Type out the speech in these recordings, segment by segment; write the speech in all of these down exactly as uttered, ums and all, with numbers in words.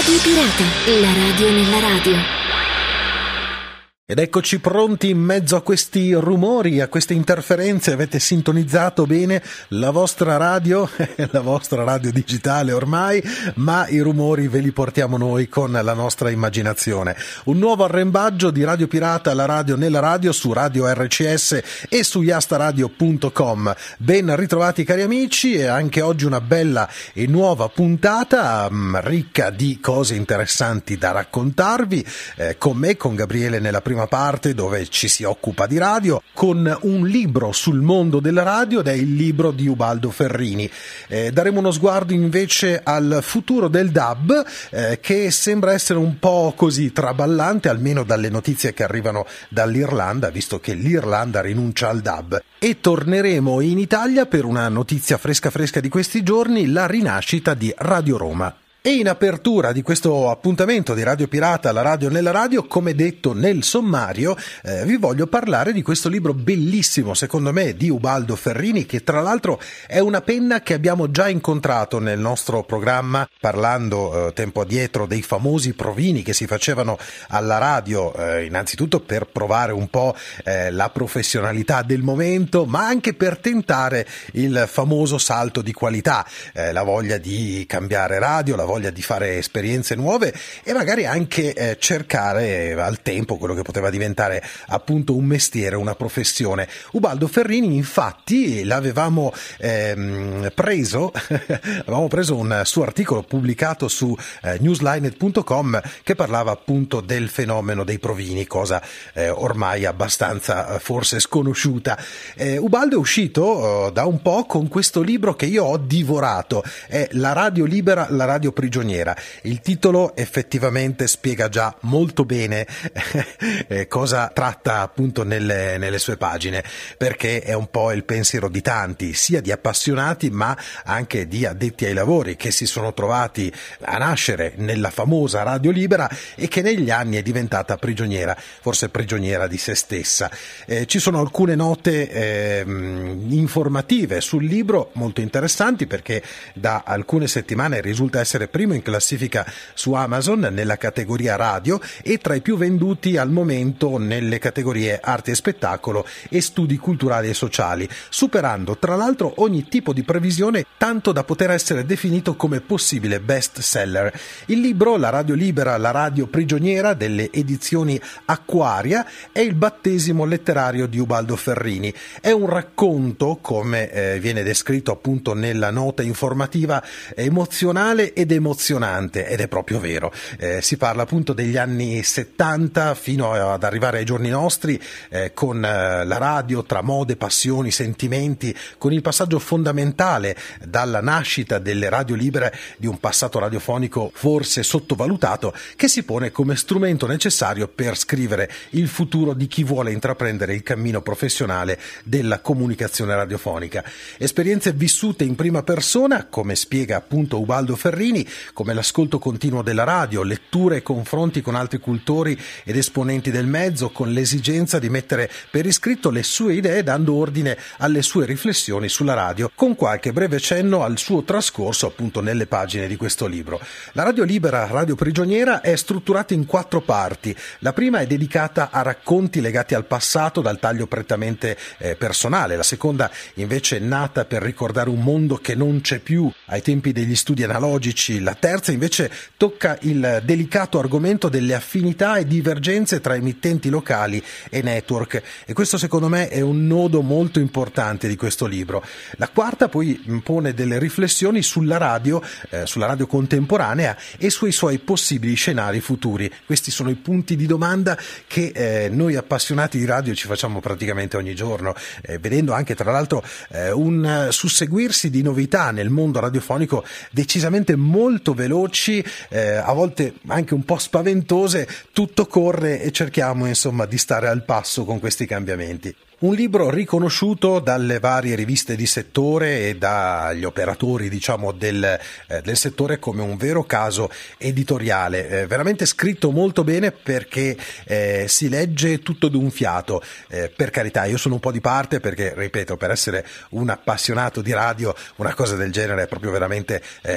Radio Pirata, la radio nella radio. Ed eccoci pronti in mezzo a questi rumori, a queste interferenze. Avete sintonizzato bene la vostra radio, la vostra radio digitale ormai, ma i rumori ve li portiamo noi con la nostra immaginazione. Un nuovo arrembaggio di Radio Pirata, la radio nella radio, su Radio R C S e su yastaradio punto com. Ben ritrovati cari amici, e anche oggi una bella e nuova puntata mh, ricca di cose interessanti da raccontarvi, eh, con me, con Gabriele nella prima parte dove ci si occupa di radio, con un libro sul mondo della radio, ed è il libro di Ubaldo Ferrini. Eh, daremo uno sguardo invece al futuro del D A B, eh, che sembra essere un po' così traballante, almeno dalle notizie che arrivano dall'Irlanda, visto che l'Irlanda rinuncia al D A B. E torneremo in Italia per una notizia fresca fresca di questi giorni, la rinascita di Radio Roma. E in apertura di questo appuntamento di Radio Pirata, la radio nella radio, come detto nel sommario, eh, vi voglio parlare di questo libro bellissimo, secondo me, di Ubaldo Ferrini, che tra l'altro è una penna che abbiamo già incontrato nel nostro programma, parlando eh, tempo addietro dei famosi provini che si facevano alla radio, eh, innanzitutto per provare un po' eh, la professionalità del momento, ma anche per tentare il famoso salto di qualità, eh, la voglia di cambiare radio, la voglia voglia di fare esperienze nuove e magari anche eh, cercare al tempo quello che poteva diventare appunto un mestiere, una professione. Ubaldo Ferrini infatti l'avevamo ehm, preso avevamo preso un suo articolo pubblicato su eh, newslinet punto com che parlava appunto del fenomeno dei provini, cosa eh, ormai abbastanza eh, forse sconosciuta. eh, Ubaldo è uscito eh, da un po' con questo libro che io ho divorato, è La radio libera, la radio prigioniera. Il titolo effettivamente spiega già molto bene eh, cosa tratta appunto nelle, nelle sue pagine, perché è un po' il pensiero di tanti, sia di appassionati ma anche di addetti ai lavori che si sono trovati a nascere nella famosa radio libera e che negli anni è diventata prigioniera, forse prigioniera di se stessa. Eh, ci sono alcune note eh, informative sul libro molto interessanti, perché da alcune settimane risulta essere primo in classifica su Amazon nella categoria radio e tra i più venduti al momento nelle categorie arte e spettacolo e studi culturali e sociali, superando tra l'altro ogni tipo di previsione, tanto da poter essere definito come possibile best seller. Il libro La radio libera, la radio prigioniera delle edizioni Acquaria è il battesimo letterario di Ubaldo Ferrini. È un racconto, come eh, viene descritto appunto nella nota informativa, emozionale ed emozionante, ed è proprio vero. Eh, si parla appunto degli anni settanta fino ad arrivare ai giorni nostri, eh, con eh, la radio tra mode, passioni, sentimenti, con il passaggio fondamentale dalla nascita delle radio libere, di un passato radiofonico forse sottovalutato, che si pone come strumento necessario per scrivere il futuro di chi vuole intraprendere il cammino professionale della comunicazione radiofonica. Esperienze vissute in prima persona, come spiega appunto Ubaldo Ferrini, come l'ascolto continuo della radio, letture e confronti con altri cultori ed esponenti del mezzo, con l'esigenza di mettere per iscritto le sue idee, dando ordine alle sue riflessioni sulla radio, con qualche breve cenno al suo trascorso appunto nelle pagine di questo libro. La radio libera, radio prigioniera è strutturata in quattro parti. La prima è dedicata a racconti legati al passato dal taglio prettamente eh, personale, la seconda invece è nata per ricordare un mondo che non c'è più ai tempi degli studi analogici, la terza invece tocca il delicato argomento delle affinità e divergenze tra emittenti locali e network, e questo secondo me è un nodo molto importante di questo libro. La quarta poi pone delle riflessioni sulla radio, eh, sulla radio contemporanea e sui suoi possibili scenari futuri. Questi sono i punti di domanda che eh, noi appassionati di radio ci facciamo praticamente ogni giorno, eh, vedendo anche tra l'altro eh, un susseguirsi di novità nel mondo radiofonico decisamente molto veloci, eh, a volte anche un po' spaventose. Tutto corre e cerchiamo insomma di stare al passo con questi cambiamenti. Un libro riconosciuto dalle varie riviste di settore e dagli operatori, diciamo, del, eh, del settore come un vero caso editoriale, eh, veramente scritto molto bene perché eh, si legge tutto d'un fiato. Eh, per carità, io sono un po' di parte perché, ripeto, per essere un appassionato di radio, una cosa del genere è proprio veramente eh,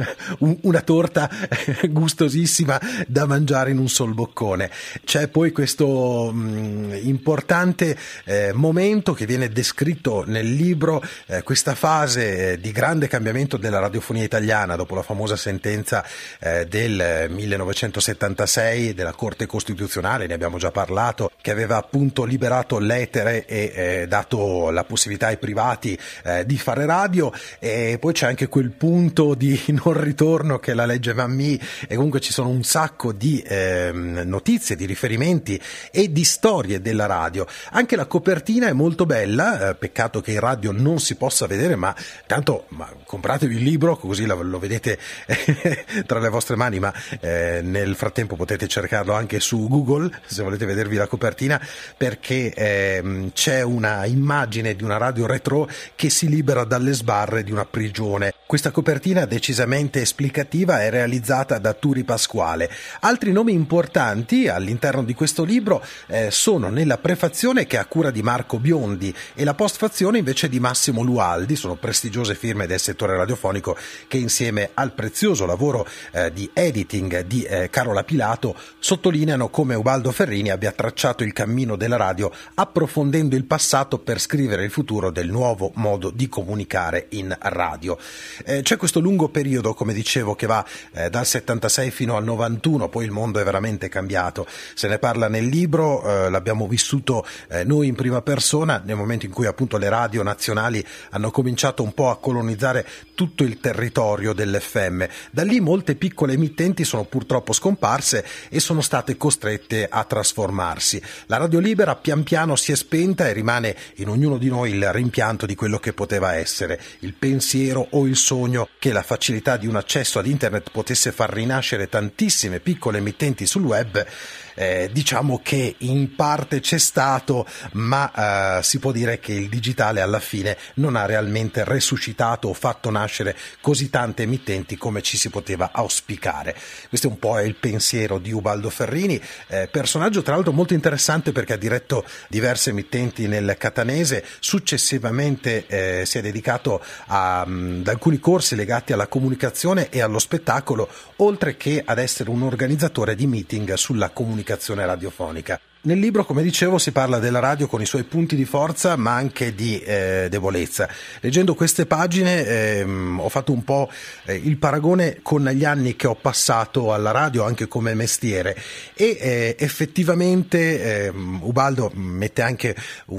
una torta gustosissima da mangiare in un sol boccone. C'è poi questo mh, importante eh, momento che viene descritto nel libro, eh, questa fase eh, di grande cambiamento della radiofonia italiana dopo la famosa sentenza eh, del millenovecentosettantasei della Corte Costituzionale, ne abbiamo già parlato, che aveva appunto liberato l'etere e eh, dato la possibilità ai privati eh, di fare radio. E poi c'è anche quel punto di non ritorno che è la legge Mammì, e comunque ci sono un sacco di eh, notizie, di riferimenti e di storie della radio. Anche la copertina è molto bella, eh, peccato che in radio non si possa vedere, ma tanto ma compratevi il libro così lo, lo vedete eh, tra le vostre mani, ma eh, nel frattempo potete cercarlo anche su Google se volete vedervi la copertina, perché eh, c'è una immagine di una radio retro che si libera dalle sbarre di una prigione. Questa copertina decisamente esplicativa è realizzata da Turi Pasquale. Altri nomi importanti all'interno di questo libro eh, sono nella prefazione, che è a cura di Marco Biondi, e la postfazione invece di Massimo Lualdi. Sono prestigiose firme del settore radiofonico che, insieme al prezioso lavoro eh, di editing di eh, Carola Pilato, sottolineano come Ubaldo Ferrini abbia tracciato il cammino della radio approfondendo il passato per scrivere il futuro del nuovo modo di comunicare in radio. Eh, c'è questo lungo periodo, come dicevo, che va eh, dal settantasei fino al novantuno, poi il mondo è veramente cambiato. Se ne parla nel libro, eh, l'abbiamo vissuto eh, noi in prima persona nel momento in cui appunto le radio nazionali hanno cominciato un po' a colonizzare tutto il territorio dell'F M. Da lì molte piccole emittenti sono purtroppo scomparse e sono state costrette a trasformarsi. La radio libera pian piano si è spenta e rimane in ognuno di noi il rimpianto di quello che poteva essere, il pensiero o il sogno che la facilità di un accesso ad internet potesse far rinascere tantissime piccole emittenti sul web. Eh, diciamo che in parte c'è stato, ma eh, si può dire che il digitale alla fine non ha realmente resuscitato o fatto nascere così tante emittenti come ci si poteva auspicare. Questo un po' è il pensiero di Ubaldo Ferrini, eh, personaggio tra l'altro molto interessante perché ha diretto diverse emittenti nel catanese. Successivamente eh, si è dedicato a, mh, ad alcuni corsi legati alla comunicazione e allo spettacolo, oltre che ad essere un organizzatore di meeting sulla comunicazione radiofonica. Nel libro, come dicevo, si parla della radio con i suoi punti di forza ma anche di eh, debolezza. Leggendo queste pagine ehm, ho fatto un po' eh, il paragone con gli anni che ho passato alla radio anche come mestiere e eh, effettivamente eh, Ubaldo mette anche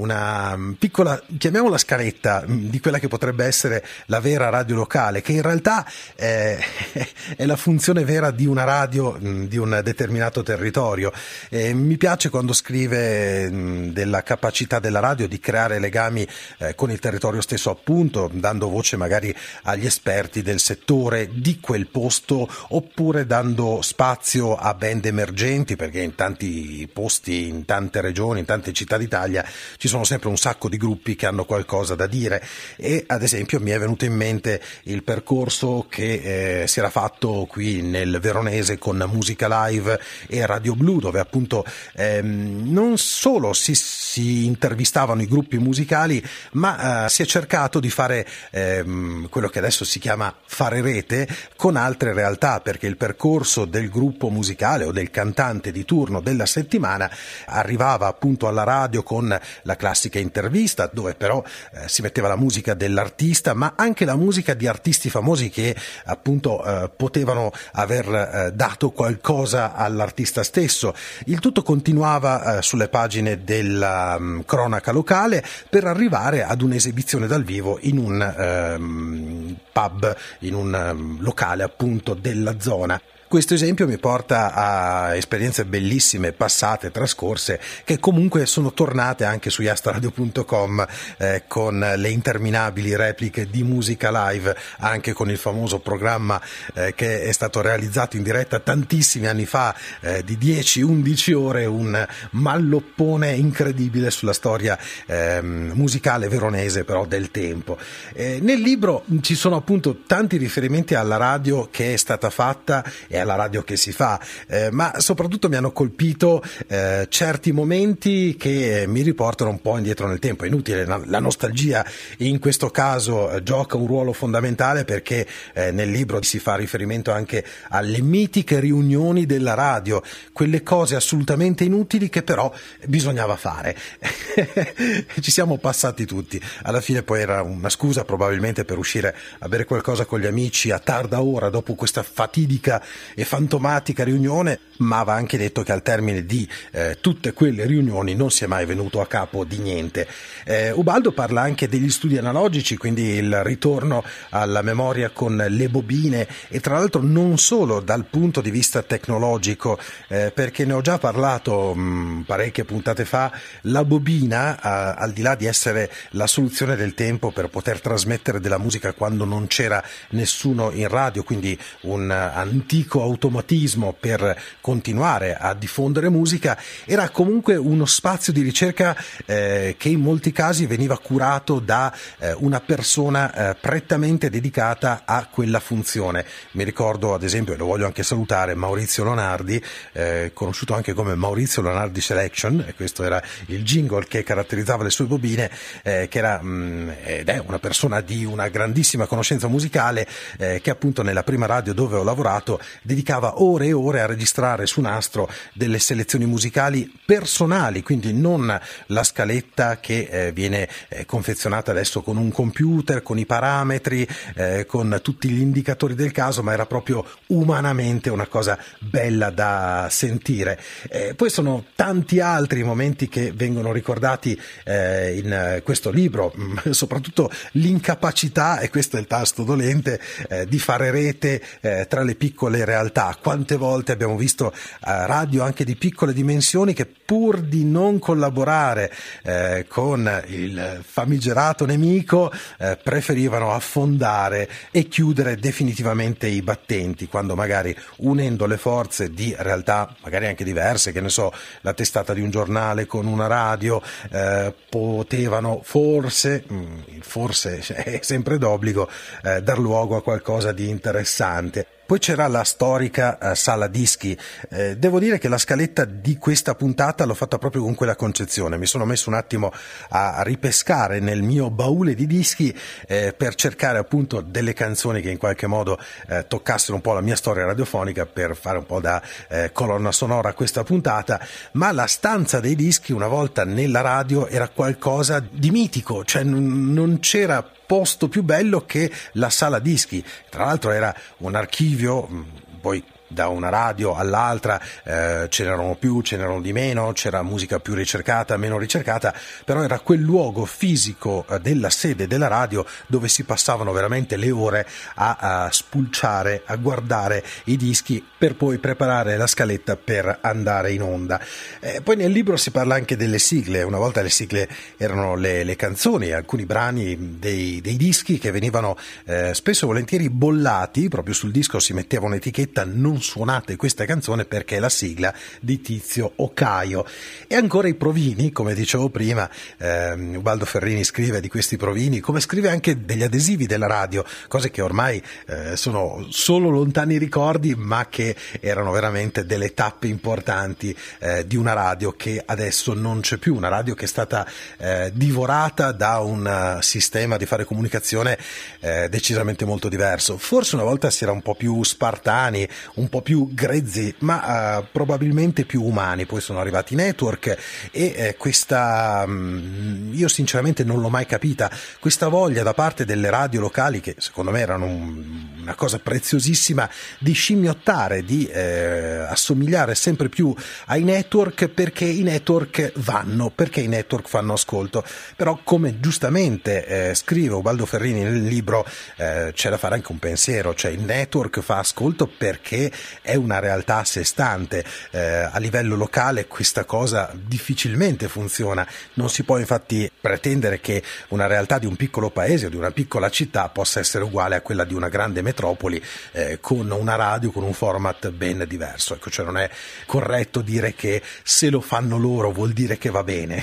una piccola, chiamiamola scaletta, di quella che potrebbe essere la vera radio locale, che in realtà eh, è la funzione vera di una radio mh, di un determinato territorio. Eh, mi piace quando scrive mh, della capacità della radio di creare legami eh, con il territorio stesso, appunto dando voce magari agli esperti del settore di quel posto, oppure dando spazio a band emergenti, perché in tanti posti, in tante regioni, in tante città d'Italia ci sono sempre un sacco di gruppi che hanno qualcosa da dire. E ad esempio mi è venuto in mente il percorso che eh, si era fatto qui nel Veronese con Musica Live e Radio Blu, dove appunto ehm, non solo si, si intervistavano i gruppi musicali, ma eh, si è cercato di fare ehm, quello che adesso si chiama fare rete con altre realtà, perché il percorso del gruppo musicale o del cantante di turno della settimana arrivava appunto alla radio con la classica intervista, dove però eh, si metteva la musica dell'artista, ma anche la musica di artisti famosi che appunto eh, potevano aver eh, dato qualcosa all'artista stesso. Il tutto continuava eh, sulle pagine della um, cronaca locale per arrivare ad un'esibizione dal vivo in un um, un pub, in un um, locale appunto della zona. Questo esempio mi porta a esperienze bellissime, passate, trascorse, che comunque sono tornate anche su yastradio punto com eh, con le interminabili repliche di musica live, anche con il famoso programma eh, che è stato realizzato in diretta tantissimi anni fa, eh, di dieci undici ore, un malloppone incredibile sulla storia eh, musicale veronese però del tempo. Eh, nel libro ci sono appunto tanti riferimenti alla radio che è stata fatta e alla radio che si fa, eh, ma soprattutto mi hanno colpito eh, certi momenti che mi riportano un po' indietro nel tempo. È inutile, la nostalgia in questo caso eh, gioca un ruolo fondamentale, perché eh, nel libro si fa riferimento anche alle mitiche riunioni della radio, quelle cose assolutamente inutili che però bisognava fare. Ci siamo passati tutti, alla fine poi era una scusa probabilmente per uscire a bere qualcosa con gli amici a tarda ora dopo questa fatidica e fantomatica riunione, ma va anche detto che al termine di eh, tutte quelle riunioni non si è mai venuto a capo di niente. Eh, Ubaldo parla anche degli studi analogici, quindi il ritorno alla memoria con le bobine, e tra l'altro non solo dal punto di vista tecnologico, eh, perché ne ho già parlato mh, parecchie puntate fa. La bobina, eh, al di là di essere la soluzione del tempo per poter trasmettere della musica quando non c'era nessuno in radio, quindi un antico automatismo per continuare a diffondere musica, era comunque uno spazio di ricerca eh, che in molti casi veniva curato da eh, una persona eh, prettamente dedicata a quella funzione. Mi ricordo ad esempio, e lo voglio anche salutare, Maurizio Lonardi, eh, conosciuto anche come Maurizio Lonardi Selection, e questo era il jingle che caratterizzava le sue bobine, eh, che era mh, ed è una persona di una grandissima conoscenza musicale, eh, che appunto nella prima radio dove ho lavorato dedicava ore e ore a registrare su nastro delle selezioni musicali personali, quindi non la scaletta che eh, viene eh, confezionata adesso con un computer, con i parametri, eh, con tutti gli indicatori del caso, ma era proprio umanamente una cosa bella da sentire. Eh, poi sono tanti altri momenti che vengono ricordati eh, in questo libro, soprattutto l'incapacità, e questo è il tasto dolente, eh, di fare rete eh, tra le piccole realtà. Quante volte abbiamo visto eh, radio anche di piccole dimensioni che, pur di non collaborare eh, con il famigerato nemico, eh, preferivano affondare e chiudere definitivamente i battenti, quando magari unendo le forze di realtà magari anche diverse, che ne so, la testata di un giornale con una radio, eh, potevano forse, mh, forse è sempre d'obbligo, eh, dar luogo a qualcosa di interessante. Poi c'era la storica uh, sala dischi. Eh, devo dire che la scaletta di questa puntata l'ho fatta proprio con quella concezione. Mi sono messo un attimo a, a ripescare nel mio baule di dischi eh, per cercare appunto delle canzoni che in qualche modo eh, toccassero un po' la mia storia radiofonica, per fare un po' da eh, colonna sonora a questa puntata. Ma la stanza dei dischi una volta nella radio era qualcosa di mitico, cioè n- non c'era posto più bello che la sala dischi. Tra l'altro era un archivio, poi da una radio all'altra eh, ce n'erano più, ce n'erano di meno, c'era musica più ricercata, meno ricercata, però era quel luogo fisico eh, della sede della radio dove si passavano veramente le ore a, a spulciare, a guardare i dischi per poi preparare la scaletta per andare in onda. Eh, poi nel libro si parla anche delle sigle. Una volta le sigle erano le, le canzoni, alcuni brani dei, dei dischi che venivano eh, spesso e volentieri bollati, proprio sul disco si metteva un'etichetta: non suonate questa canzone perché è la sigla di Tizio o Caio. E ancora i provini, come dicevo prima, ehm, Ubaldo Ferrini scrive di questi provini, come scrive anche degli adesivi della radio, cose che ormai eh, sono solo lontani ricordi, ma che erano veramente delle tappe importanti eh, di una radio che adesso non c'è più, una radio che è stata eh, divorata da un uh, sistema di fare comunicazione eh, decisamente molto diverso. Forse una volta si era un po' più spartani, un un po' più grezzi, ma uh, probabilmente più umani. Poi sono arrivati i network e eh, questa, mh, io sinceramente non l'ho mai capita, questa voglia da parte delle radio locali, che secondo me erano un, una cosa preziosissima, di scimmiottare, di eh, assomigliare sempre più ai network, perché i network vanno, perché i network fanno ascolto. Però, come giustamente eh, scrive Ubaldo Ferrini nel libro, eh, c'è da fare anche un pensiero, cioè il network fa ascolto perché è una realtà a sé stante. Eh, a livello locale questa cosa difficilmente funziona, non si può infatti pretendere che una realtà di un piccolo paese o di una piccola città possa essere uguale a quella di una grande metropoli eh, con una radio, con un format ben diverso. Ecco, cioè non è corretto dire che se lo fanno loro vuol dire che va bene.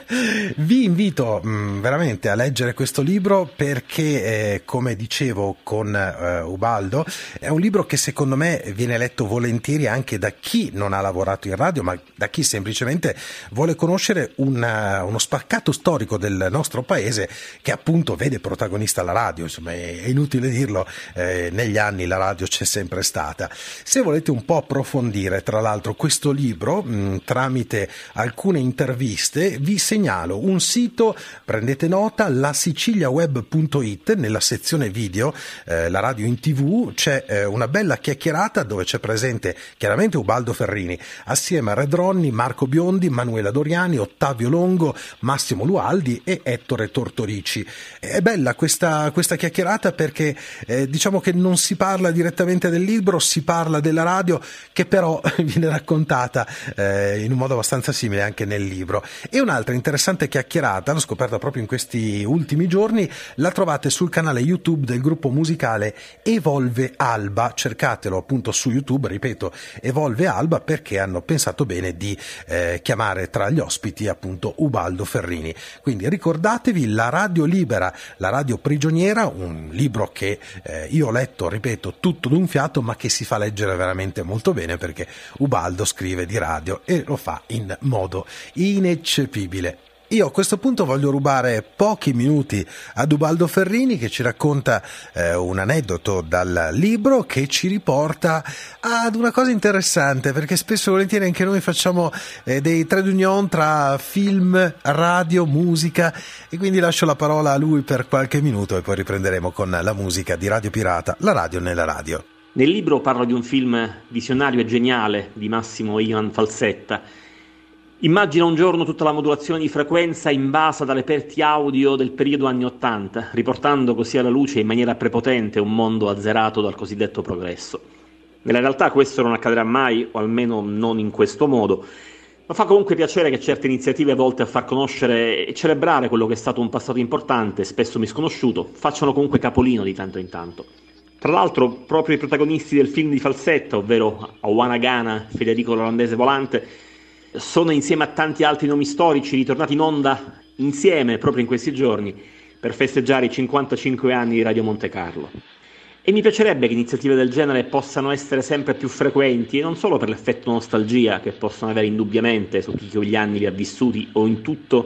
Vi invito mh, veramente a leggere questo libro perché, eh, come dicevo con eh, Ubaldo, è un libro che secondo me viene letto volentieri anche da chi non ha lavorato in radio, ma da chi semplicemente vuole conoscere una, uno spaccato storico del nostro paese che appunto vede protagonista la radio. Insomma, è inutile dirlo, eh, negli anni la radio c'è sempre stata. Se volete un po' approfondire tra l'altro questo libro mh, tramite alcune interviste, vi segnalo un sito, prendete nota, la sicilia web punto it. Nella sezione video, eh, la radio in tv, c'è eh, una bella chiacchierata dove c'è presente chiaramente Ubaldo Ferrini assieme a Red Ronny, Marco Biondi, Manuela Doriani, Ottavio Longo, Massimo Lualdi e Ettore Tortorici. È bella questa, questa chiacchierata perché eh, diciamo che non si parla direttamente del libro, si parla della radio, che però viene raccontata eh, in un modo abbastanza simile anche nel libro. E un'altra interessante chiacchierata, l'ho scoperta proprio in questi ultimi giorni, la trovate sul canale YouTube del gruppo musicale Evolve Alba. Cercatelo appunto su YouTube, ripeto, Evolve Alba, perché hanno pensato bene di eh, chiamare tra gli ospiti appunto Ubaldo Ferrini. Quindi ricordatevi La radio libera, la radio prigioniera, un libro che eh, io ho letto, ripeto, tutto d'un fiato, ma che si fa leggere veramente molto bene perché Ubaldo scrive di radio e lo fa in modo ineccepibile. Io a questo punto voglio rubare pochi minuti ad Ubaldo Ferrini, che ci racconta eh, un aneddoto dal libro che ci riporta ad una cosa interessante, perché spesso e volentieri anche noi facciamo eh, dei trade union tra film, radio, musica, e quindi lascio la parola a lui per qualche minuto e poi riprenderemo con la musica di Radio Pirata, la radio nella radio. Nel libro parlo di un film visionario e geniale di Massimo Ivan Falsetta. Immagina un giorno tutta la modulazione di frequenza invasa da reperti audio del periodo anni Ottanta, riportando così alla luce in maniera prepotente un mondo azzerato dal cosiddetto progresso. Nella realtà questo non accadrà mai, o almeno non in questo modo, ma fa comunque piacere che certe iniziative volte a far conoscere e celebrare quello che è stato un passato importante, spesso misconosciuto, facciano comunque capolino di tanto in tanto. Tra l'altro, proprio i protagonisti del film di Falsetta, ovvero Oana Gana, Federico l'Olandese Volante, sono insieme a tanti altri nomi storici ritornati in onda insieme proprio in questi giorni per festeggiare i cinquantacinque anni di Radio Monte Carlo. E mi piacerebbe che iniziative del genere possano essere sempre più frequenti, e non solo per l'effetto nostalgia che possono avere indubbiamente su chi quegli anni li ha vissuti o in tutto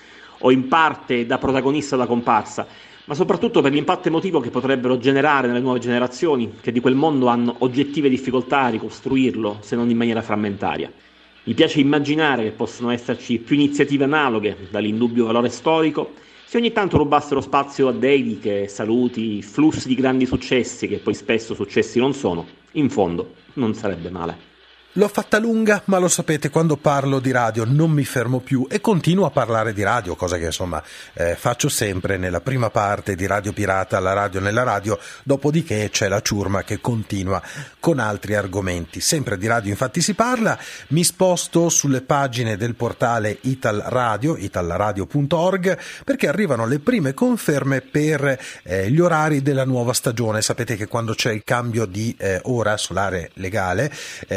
o in parte da protagonista o da comparsa, ma soprattutto per l'impatto emotivo che potrebbero generare nelle nuove generazioni, che di quel mondo hanno oggettive difficoltà a ricostruirlo, se non in maniera frammentaria. Mi piace immaginare che possano esserci più iniziative analoghe, dall'indubbio valore storico, se ogni tanto rubassero spazio a dediche, saluti, flussi di grandi successi, che poi spesso successi non sono, in fondo non sarebbe male. L'ho fatta lunga, ma lo sapete, quando parlo di radio non mi fermo più e continuo a parlare di radio, cosa che insomma eh, faccio sempre nella prima parte di Radio Pirata, la radio nella radio, dopodiché c'è la ciurma che continua con altri argomenti. Sempre di radio infatti si parla, mi sposto sulle pagine del portale Ital Radio, italradio punto org, perché arrivano le prime conferme per eh, gli orari della nuova stagione. Sapete che quando c'è il cambio di eh, ora solare legale, eh, le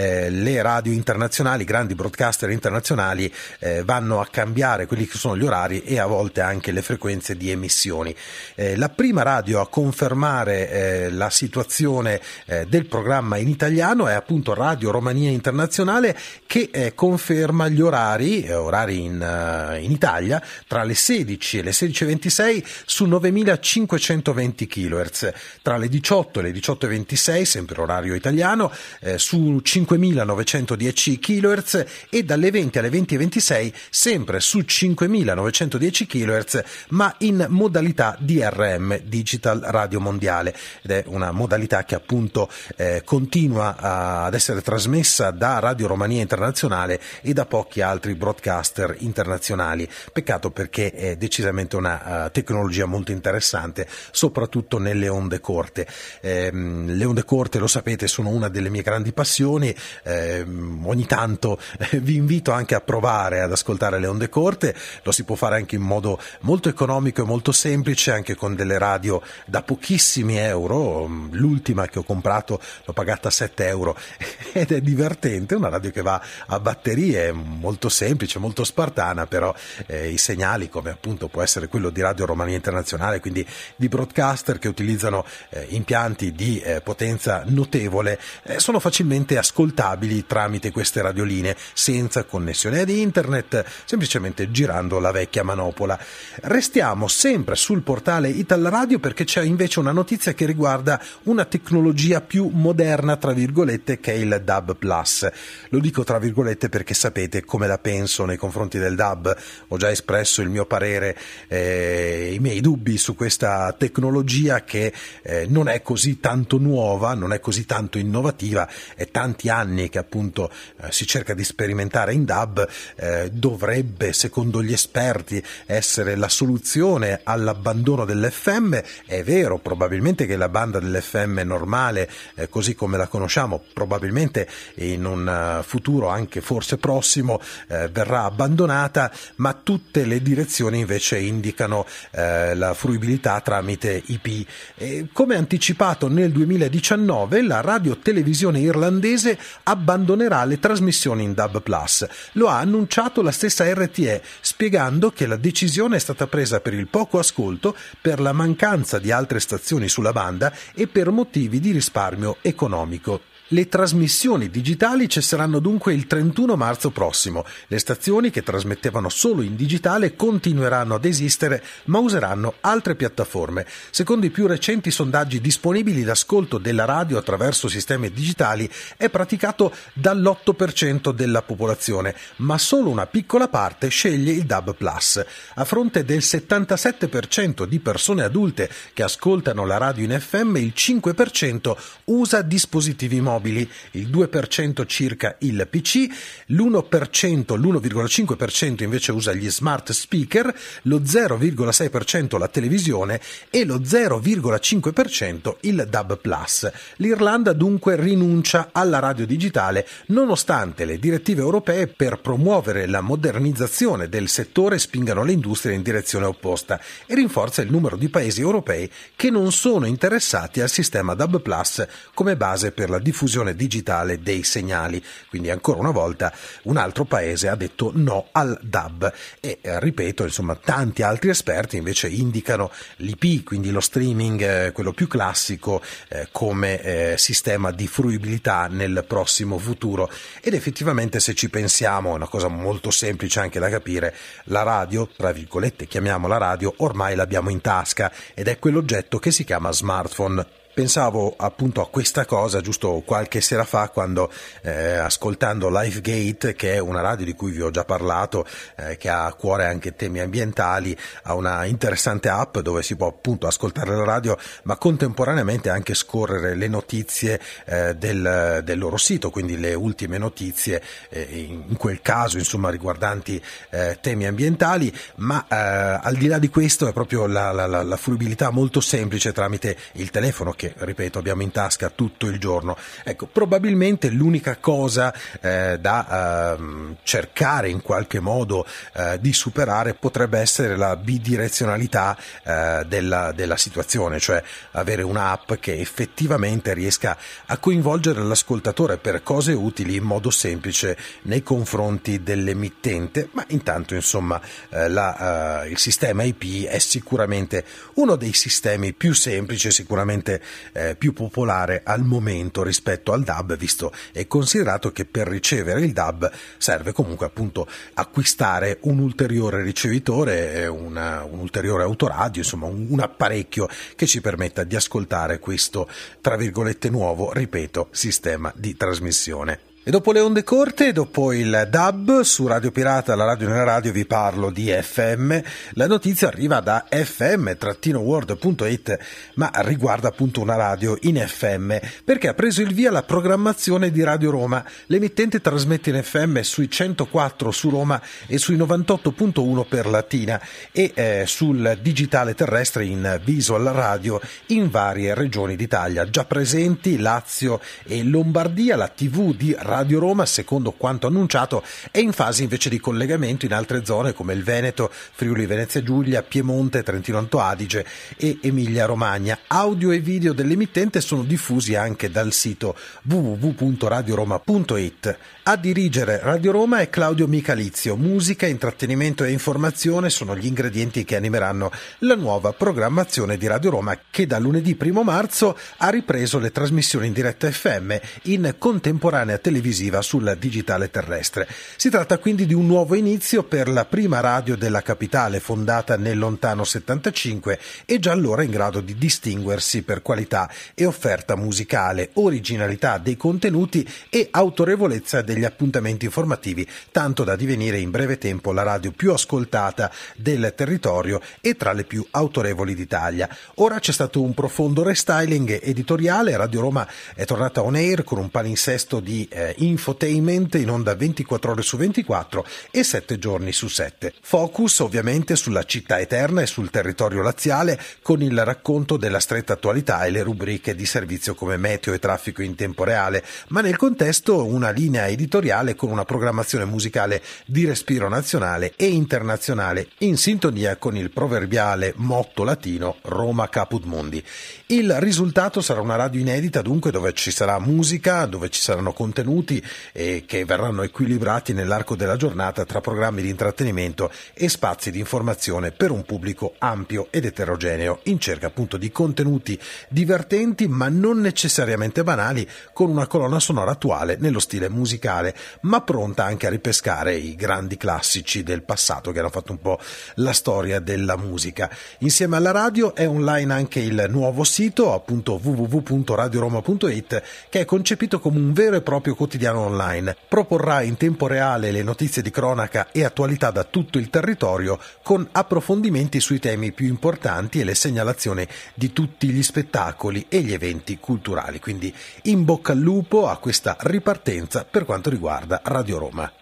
le radio internazionali, grandi broadcaster internazionali eh, vanno a cambiare quelli che sono gli orari e a volte anche le frequenze di emissioni. Eh, la prima radio a confermare eh, la situazione eh, del programma in italiano è appunto Radio Romania Internazionale, che eh, conferma gli orari, eh, orari in, uh, in Italia, tra le sedici e le sedici e ventisei su novemilacinquecentoventi chilohertz, tra le diciotto e le diciotto e ventisei, sempre orario italiano, eh, su cinquemilanovecentodieci chilohertz, e dalle venti alle venti e ventisei sempre su cinquemilanovecentodieci chilohertz, ma in modalità D R M, Digital Radio Mondiale, ed è una modalità che appunto eh, continua a, ad essere trasmessa da Radio Romania Internazionale e da pochi altri broadcaster internazionali. Peccato, perché è decisamente una uh, tecnologia molto interessante, soprattutto nelle onde corte. Eh, le onde corte, lo sapete, sono una delle mie grandi passioni. Eh, ogni tanto eh, vi invito anche a provare ad ascoltare le onde corte. Lo si può fare anche in modo molto economico e molto semplice, anche con delle radio da pochissimi euro. L'ultima che ho comprato l'ho pagata sette euro ed è divertente, una radio che va a batterie, molto semplice, molto spartana, però eh, i segnali, come appunto può essere quello di Radio Romania Internazionale, quindi di broadcaster che utilizzano eh, impianti di eh, potenza notevole, eh, sono facilmente ascoltabili tramite queste radioline, senza connessione ad internet, semplicemente girando la vecchia manopola. Restiamo sempre sul portale Italradio, perché c'è invece una notizia che riguarda una tecnologia più moderna, tra virgolette, che è il D A B plus. Lo dico tra virgolette perché sapete come la penso nei confronti del D A B. Ho già espresso il mio parere, eh, i miei dubbi su questa tecnologia, che eh, non è così tanto nuova, non è così tanto innovativa. È tanti anni che appunto eh, si cerca di sperimentare in D A B. Eh, dovrebbe, secondo gli esperti, essere la soluzione all'abbandono dell'F M. È vero, probabilmente, che la banda dell'F M normale, eh, così come la conosciamo, probabilmente in un uh, futuro anche forse prossimo eh, verrà abbandonata, ma tutte le direzioni invece indicano eh, la fruibilità tramite I P. E, come anticipato nel duemiladiciannove, la radio-televisione irlandese abbandonerà le trasmissioni in D A B plus. Lo ha annunciato la stessa R T E, spiegando che la decisione è stata presa per il poco ascolto, per la mancanza di altre stazioni sulla banda e per motivi di risparmio economico. Le trasmissioni digitali cesseranno dunque il trentuno marzo prossimo. Le stazioni che trasmettevano solo in digitale continueranno ad esistere, ma useranno altre piattaforme. Secondo i più recenti sondaggi disponibili, l'ascolto della radio attraverso sistemi digitali è praticato dall'otto per cento della popolazione, ma solo una piccola parte sceglie il D A B plus. A fronte del settantasette per cento di persone adulte che ascoltano la radio in F M, il cinque per cento usa dispositivi mobili, il due per cento circa il P C, l'uno per cento, l'uno virgola cinque per cento invece usa gli smart speaker, lo zero virgola sei per cento la televisione e lo zero virgola cinque per cento il D A B plus. L'Irlanda dunque rinuncia alla radio digitale, nonostante le direttive europee per promuovere la modernizzazione del settore spingano le industrie in direzione opposta, e rinforza il numero di paesi europei che non sono interessati al sistema D A B plus come base per la diffusione digitale dei segnali. Quindi ancora una volta un altro paese ha detto no al D A B, e eh, ripeto, insomma, tanti altri esperti invece indicano l'I P, quindi lo streaming, eh, quello più classico, eh, come eh, sistema di fruibilità nel prossimo futuro. Ed effettivamente, se ci pensiamo, è una cosa molto semplice anche da capire: la radio, tra virgolette chiamiamola radio, ormai l'abbiamo in tasca, ed è quell'oggetto che si chiama smartphone. Pensavo appunto a questa cosa giusto qualche sera fa, quando eh, ascoltando LifeGate, che è una radio di cui vi ho già parlato, eh, che ha a cuore anche temi ambientali, ha una interessante app dove si può appunto ascoltare la radio, ma contemporaneamente anche scorrere le notizie eh, del, del loro sito, quindi le ultime notizie, eh, in quel caso insomma riguardanti eh, temi ambientali, ma eh, al di là di questo è proprio la, la, la fruibilità molto semplice tramite il telefono, che che, ripeto, abbiamo in tasca tutto il giorno. Ecco, probabilmente l'unica cosa eh, da eh, cercare in qualche modo eh, di superare potrebbe essere la bidirezionalità eh, della, della situazione, cioè avere un'app che effettivamente riesca a coinvolgere l'ascoltatore per cose utili in modo semplice nei confronti dell'emittente, ma intanto insomma eh, la, eh, il sistema I P è sicuramente uno dei sistemi più semplici, sicuramente eh, più popolare al momento rispetto al D A B, visto e considerato che per ricevere il D A B serve comunque appunto acquistare un ulteriore ricevitore, una, un ulteriore autoradio, insomma un, un apparecchio che ci permetta di ascoltare questo, tra virgolette, nuovo, ripeto, sistema di trasmissione. E dopo le onde corte, dopo il D A B, su Radio Pirata, la radio nella radio, vi parlo di F M. La notizia arriva da F M world punto it, ma riguarda appunto una radio in F M, perché ha preso il via la programmazione di Radio Roma. L'emittente trasmette in F M sui centoquattro su Roma e sui novantotto virgola uno per Latina e eh, sul digitale terrestre in Visual Radio in varie regioni d'Italia. Già presenti Lazio e Lombardia, la tivù di Radio Roma, secondo quanto annunciato, è in fase invece di collegamento in altre zone come il Veneto, Friuli Venezia Giulia, Piemonte, Trentino Alto Adige e Emilia Romagna. Audio e video dell'emittente sono diffusi anche dal sito w w w punto radio roma punto it. A dirigere Radio Roma è Claudio Michalizio. Musica, intrattenimento e informazione sono gli ingredienti che animeranno la nuova programmazione di Radio Roma, che da lunedì primo marzo ha ripreso le trasmissioni in diretta F M in contemporanea televisiva sul digitale terrestre. Si tratta quindi di un nuovo inizio per la prima radio della capitale, fondata nel lontano settantacinque e già allora in grado di distinguersi per qualità e offerta musicale, originalità dei contenuti e autorevolezza degli appuntamenti informativi, tanto da divenire in breve tempo la radio più ascoltata del territorio e tra le più autorevoli d'Italia. Ora c'è stato un profondo restyling editoriale. Radio Roma è tornata on air con un palinsesto di eh, infotainment in onda ventiquattro ore su ventiquattro e sette giorni su sette. Focus ovviamente sulla città eterna e sul territorio laziale, con il racconto della stretta attualità e le rubriche di servizio come meteo e traffico in tempo reale, ma nel contesto una linea editoriale con una programmazione musicale di respiro nazionale e internazionale, in sintonia con il proverbiale motto latino Roma Caput Mundi. Il risultato sarà una radio inedita, dunque, dove ci sarà musica, dove ci saranno contenuti eh, che verranno equilibrati nell'arco della giornata tra programmi di intrattenimento e spazi di informazione per un pubblico ampio ed eterogeneo, in cerca appunto di contenuti divertenti ma non necessariamente banali, con una colonna sonora attuale nello stile musicale, ma pronta anche a ripescare i grandi classici del passato che hanno fatto un po' la storia della musica. Insieme alla radio è online anche il nuovo sito, appunto w w w punto radio roma punto it, che è concepito come un vero e proprio quotidiano online. Proporrà in tempo reale le notizie di cronaca e attualità da tutto il territorio, con approfondimenti sui temi più importanti e le segnalazioni di tutti gli spettacoli e gli eventi culturali. Quindi in bocca al lupo a questa ripartenza per quanto riguarda Radio Roma.